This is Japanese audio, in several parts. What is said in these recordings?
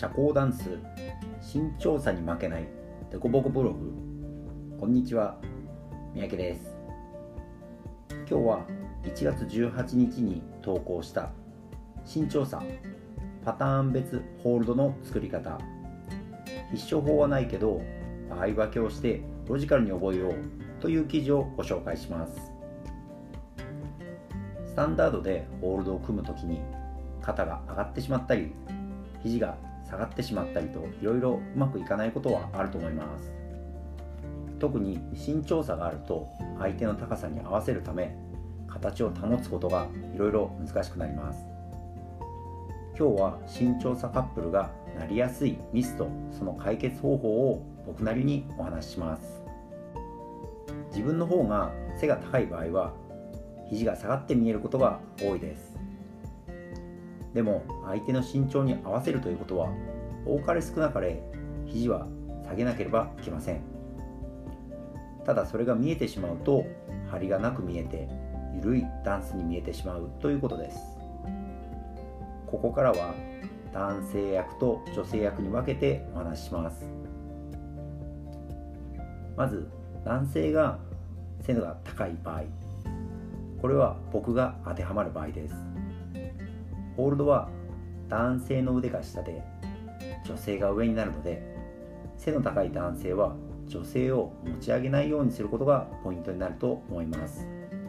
社交ダンス身長差に負けないデコボコブログ。こんにちは、三宅です。今日は1月18日に投稿した身長差パターン別ホールドの作り方、必勝法はないけど場合分けをしてロジカルに覚えようという記事をご紹介します。スタンダードでホールドを組むときに肩が上がってしまったり肘が下がってしまったりといろいろうまくいかないことはあると思います。特に身長差があると相手の高さに合わせるため形を保つことがいろいろ難しくなります。今日は身長差カップルがなりやすいミスとその解決方法を僕なりにお話しします。自分の方が背が高い場合は肘が下がって見えることが多いです。でも相手の身長に合わせるということは多かれ少なかれ肘は下げなければいけません。ただそれが見えてしまうと張りがなく見えて緩いダンスに見えてしまうということです。ここからは男性役と女性役に分けてお話しします。まず男性が背が高い場合、これは僕が当てはまる場合です。ホールドは男性の腕が下で女性が上になるので、背の高い男性は女性を持ち上げないようにすることがポイントになると思います。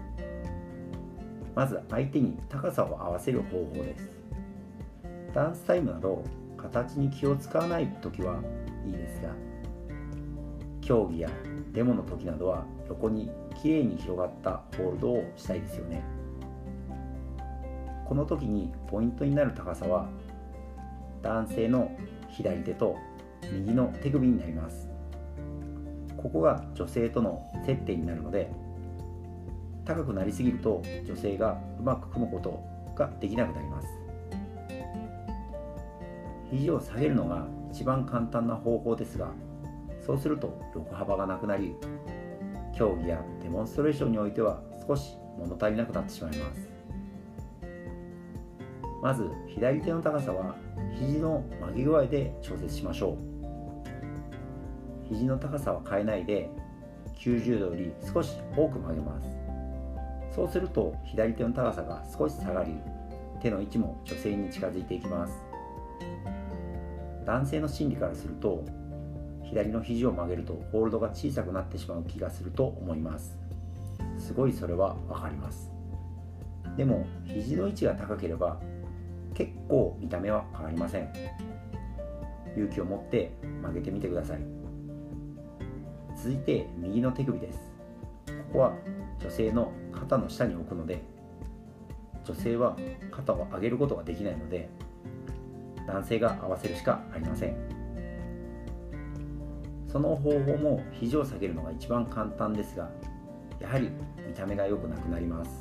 まず相手に高さを合わせる方法です。ダンスタイムなど形に気を使わないときはいいですが、競技やデモの時などは横にきれいに広がったホールドをしたいですよね。この時にポイントになる高さは男性の左手と右の手首になります。ここが女性との接点になるので、高くなりすぎると女性がうまく組むことができなくなります。肘を下げるのが一番簡単な方法ですが、そうすると横幅がなくなり、競技やデモンストレーションにおいては少し物足りなくなってしまいます。まず左手の高さは肘の曲げ具合で調節しましょう。肘の高さは変えないで90度より少し多く曲げます。そうすると左手の高さが少し下がり、手の位置も女性に近づいていきます。男性の心理からすると左の肘を曲げるとホールドが小さくなってしまう気がすると思います。すごいそれはわかります。でも肘の位置が高ければ結構見た目は変わりません。勇気を持って曲げてみてください。続いて右の手首です。ここは女性の肩の下に置くので、女性は肩を上げることができないので男性が合わせるしかありません。その方法も肘を下げるのが一番簡単ですが、やはり見た目が良くなくなります。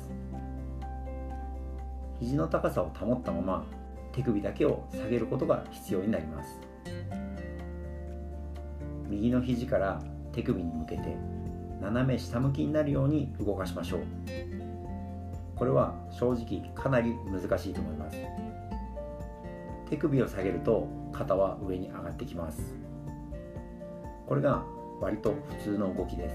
肘の高さを保ったまま手首だけを下げることが必要になります。右の肘から手首に向けて斜め下向きになるように動かしましょう。これは正直かなり難しいと思います。手首を下げると肩は上に上がってきます。これが割と普通の動きです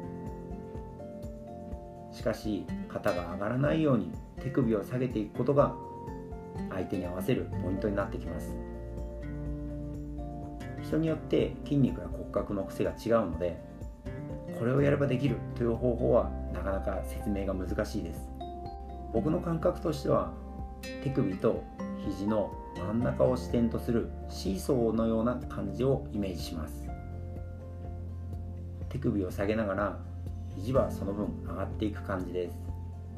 。しかし肩が上がらないように手首を下げていくことが相手に合わせるポイントになってきます。人によって筋肉や骨格の癖が違うので、これをやればできるという方法はなかなか説明が難しいです。僕の感覚としては手首と肘の真ん中を支点とするシーソーのような感じをイメージします。手首を下げながら肘はその分上がっていく感じです。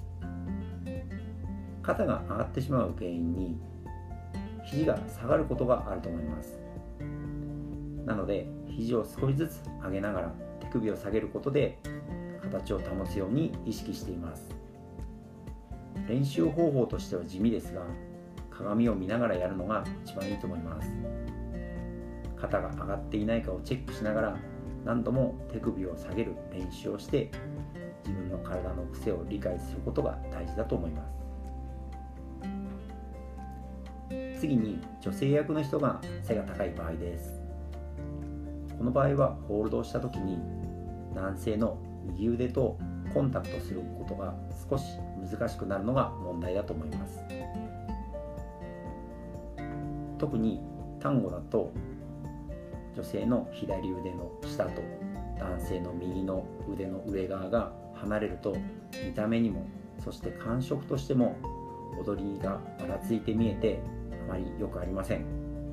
肩が上がってしまう原因に肘が下がることがあると思います。なので肘を少しずつ上げながら手首を下げることで形を保つように意識しています。練習方法としては地味ですが、鏡を見ながらやるのが一番いいと思います。肩が上がっていないかをチェックしながら何度も手首を下げる練習をして自分の体の癖を理解することが大事だと思います。 次に女性役の人が背が高い場合です。この場合はホールドをした時に男性の右腕とコンタクトすることが少し難しくなるのが問題だと思います。特にタンゴだと女性の左腕の下と男性の右の腕の上側が離れると見た目にもそして感触としても踊りがばらついて見えてあまり良くありません。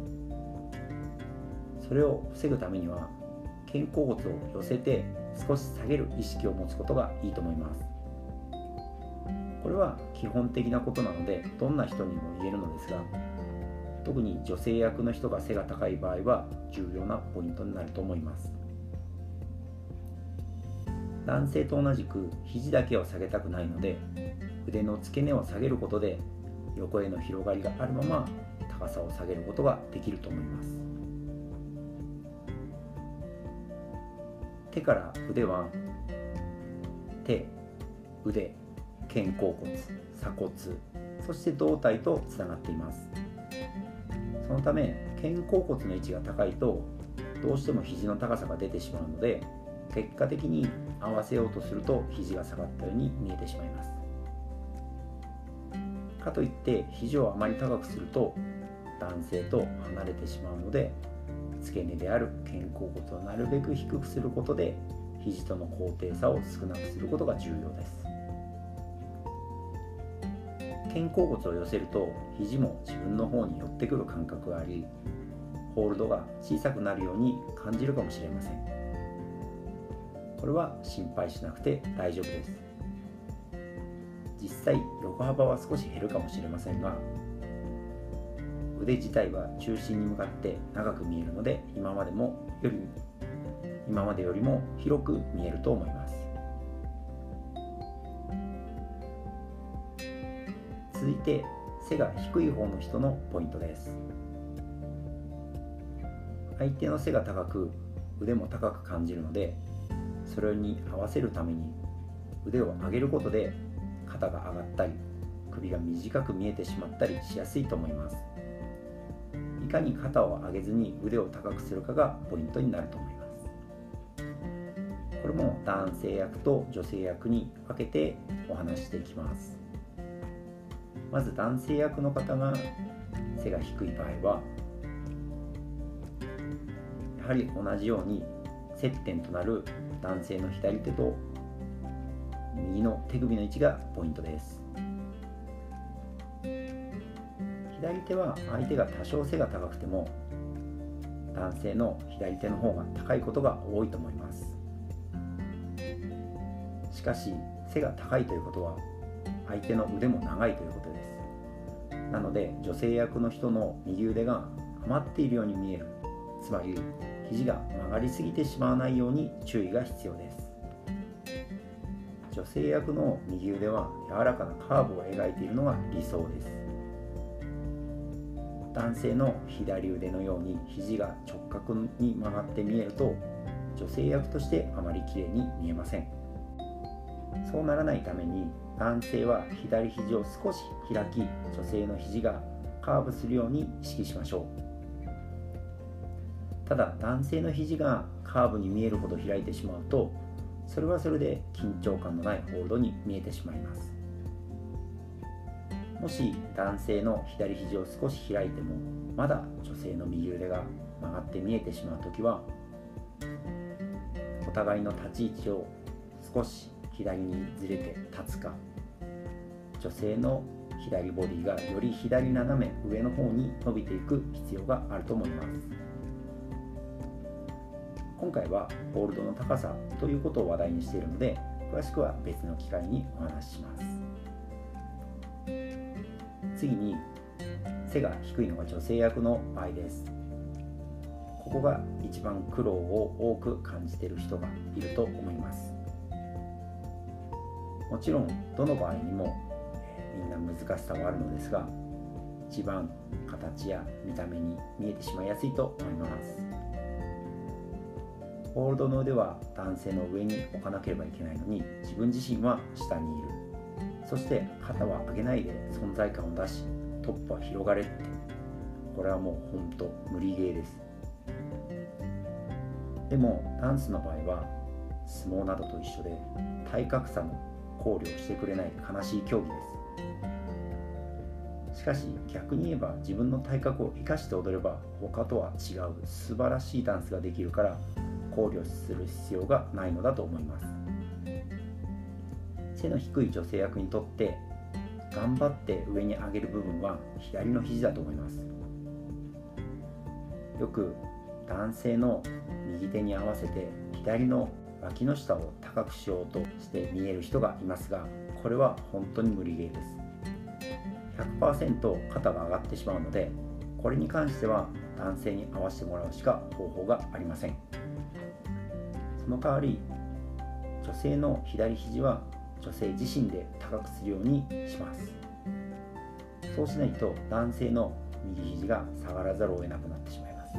それを防ぐためには肩甲骨を寄せて少し下げる意識を持つことがいいと思います。これは基本的なことなのでどんな人にも言えるのですが、特に女性役の人が背が高い場合は重要なポイントになると思います。男性と同じく肘だけを下げたくないので、腕の付け根を下げることで横への広がりがあるまま高さを下げることができると思います。手から腕は手、腕、肩甲骨、鎖骨、そして胴体とつながっています。そのため肩甲骨の位置が高いとどうしても肘の高さが出てしまうので、結果的に合わせようとすると肘が下がったように見えてしまいます。かといって肘をあまり高くすると男性と離れてしまうので、付け根である肩甲骨をなるべく低くすることで肘との高低差を少なくすることが重要です。肩甲骨を寄せると肘も自分の方に寄ってくる感覚があり、ホールドが小さくなるように感じるかもしれません。これは心配しなくて大丈夫です。実際横幅は少し減るかもしれませんが、腕自体は中心に向かって長く見えるので今までよりも広く見えると思います。続いて背が低い方の人のポイントです。相手の背が高く腕も高く感じるので、それに合わせるために腕を上げることで肩が上がったり首が短く見えてしまったりしやすいと思います。いかに肩を上げずに腕を高くするかがポイントになると思います。これも男性役と女性役に分けてお話ししていきます。まず男性役の方が背が低い場合は、やはり同じように接点となる男性の左手と右の手首の位置がポイントです。左手は相手が多少背が高くても男性の左手の方が高いことが多いと思います。しかし背が高いということは相手の腕も長いということです。なので女性役の人の右腕が余っているように見える、つまり肘が曲がりすぎてしまわないように注意が必要です。女性役の右腕は柔らかなカーブを描いているのが理想です。男性の左腕のように肘が直角に曲がって見えると女性役としてあまり綺麗に見えません。そうならないために男性は左肘を少し開き、女性の肘がカーブするように意識しましょう。ただ男性の肘がカーブに見えるほど開いてしまうとそれはそれで緊張感のないホールドに見えてしまいます。もし男性の左肘を少し開いてもまだ女性の右腕が曲がって見えてしまうときは、お互いの立ち位置を少し左にずれて立つか、女性の左ボディがより左斜め上の方に伸びていく必要があると思います。今回はホールドの高さということを話題にしているので、詳しくは別の機会にお話しします。次に背が低いのが女性役の場合です。ここが一番苦労を多く感じている人がいると思います。もちろんどの場合にもみんな難しさはあるのですが、一番形や見た目に見えてしまいやすいと思います。ホールドの腕は男性の上に置かなければいけないのに自分自身は下にいる。そして肩は上げないで存在感を出し、トップは広がれってこれはもう本当無理ゲーです。でもダンスの場合は相撲などと一緒で体格差も考慮してくれない悲しい競技です。しかし逆に言えば自分の体格を生かして踊れば他とは違う素晴らしいダンスができるから考慮する必要がないのだと思います。背の低い女性役にとって頑張って上に上げる部分は左の肘だと思います。よく男性の右手に合わせて左の脇の下を高くしようとして見える人がいますが、これは本当に無理ゲーです。100% 肩が上がってしまうので、これに関しては男性に合わせてもらうしか方法がありません。その代わり女性の左肘は女性自身で高くするようにします。そうしないと男性の右肘が下がらざるを得なくなってしまいます。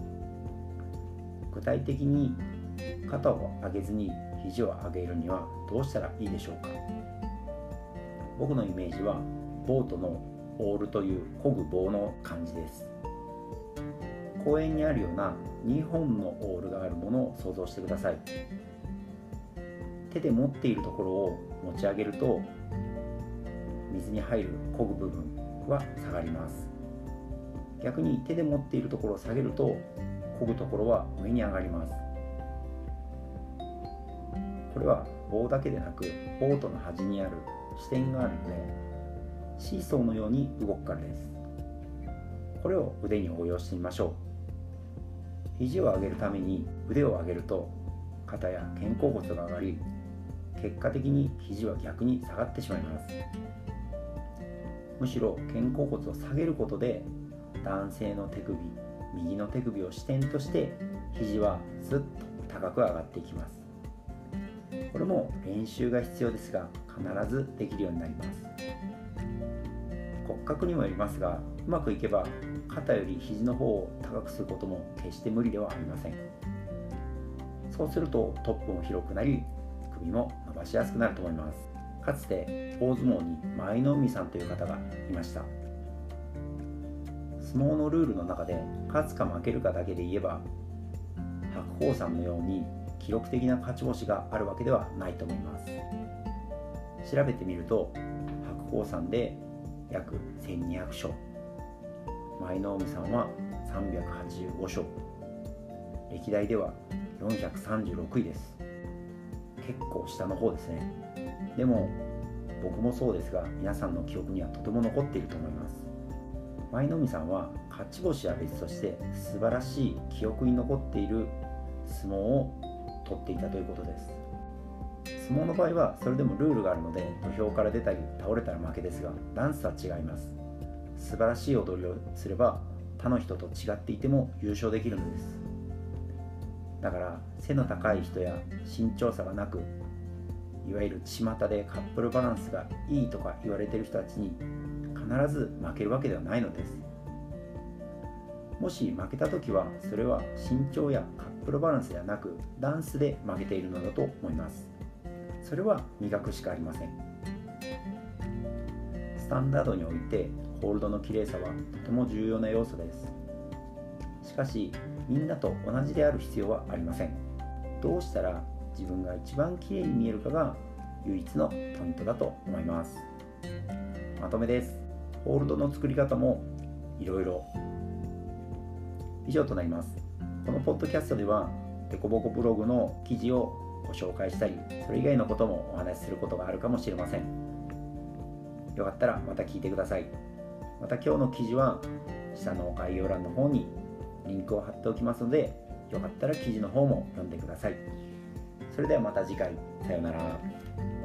具体的に肩を上げずに肘を上げるにはどうしたらいいでしょうか。僕のイメージはボートのオールという漕ぐ棒の感じです。公園にあるような2本のオールがあるものを想像してください。手で持っているところを持ち上げると水に入る漕ぐ部分は下がります。逆に手で持っているところを下げると漕ぐところは上に上がります。これは棒だけでなくボートの端にある支点があるのでシーソーのように動くからです。これを腕に応用してみましょう。肘を上げるために腕を上げると肩や肩甲骨が上がり、結果的に肘は逆に下がってしまいます。むしろ肩甲骨を下げることで男性の手首、右の手首を支点として肘はスッと高く上がっていきます。これも練習が必要ですが必ずできるようになります。骨格にもよりますが、うまくいけば肩より肘の方を高くすることも決して無理ではありません。そうするとトップも広くなり首も伸ばしやすくなると思います。かつて大相撲に舞の海さんという方がいました。相撲のルールの中で勝つか負けるかだけで言えば白鵬さんのように記録的な勝ち星があるわけではないと思います。調べてみると白鵬さんで約1200勝、舞の海さんは385勝、歴代では436位です。結構下の方ですね。でも僕もそうですが皆さんの記憶にはとても残っていると思います。舞の海さんは勝ち星は別として素晴らしい記憶に残っている相撲を取っていたということです。相撲の場合はそれでもルールがあるので土俵から出たり倒れたら負けですが、ダンスは違います。素晴らしい踊りをすれば他の人と違っていても優勝できるのです。だから背の高い人や身長差がなく、いわゆる巷でカップルバランスがいいとか言われている人たちに必ず負けるわけではないのです。もし負けた時はそれは身長やカップルバランスではなくダンスで負けているのだと思います。それは磨くしかありません。スタンダードにおいてホールドの綺麗さはとても重要な要素です。しかしみんなと同じである必要はありません。どうしたら自分が一番綺麗に見えるかが唯一のポイントだと思います。まとめです。ホールドの作り方もいろいろ。以上となります。このポッドキャストではデコボコブログの記事をご紹介したり、それ以外のこともお話しすることがあるかもしれません。よかったらまた聞いてください。また今日の記事は下の概要欄の方にリンクを貼っておきますので、よかったら記事の方も読んでください。それではまた次回、さようなら。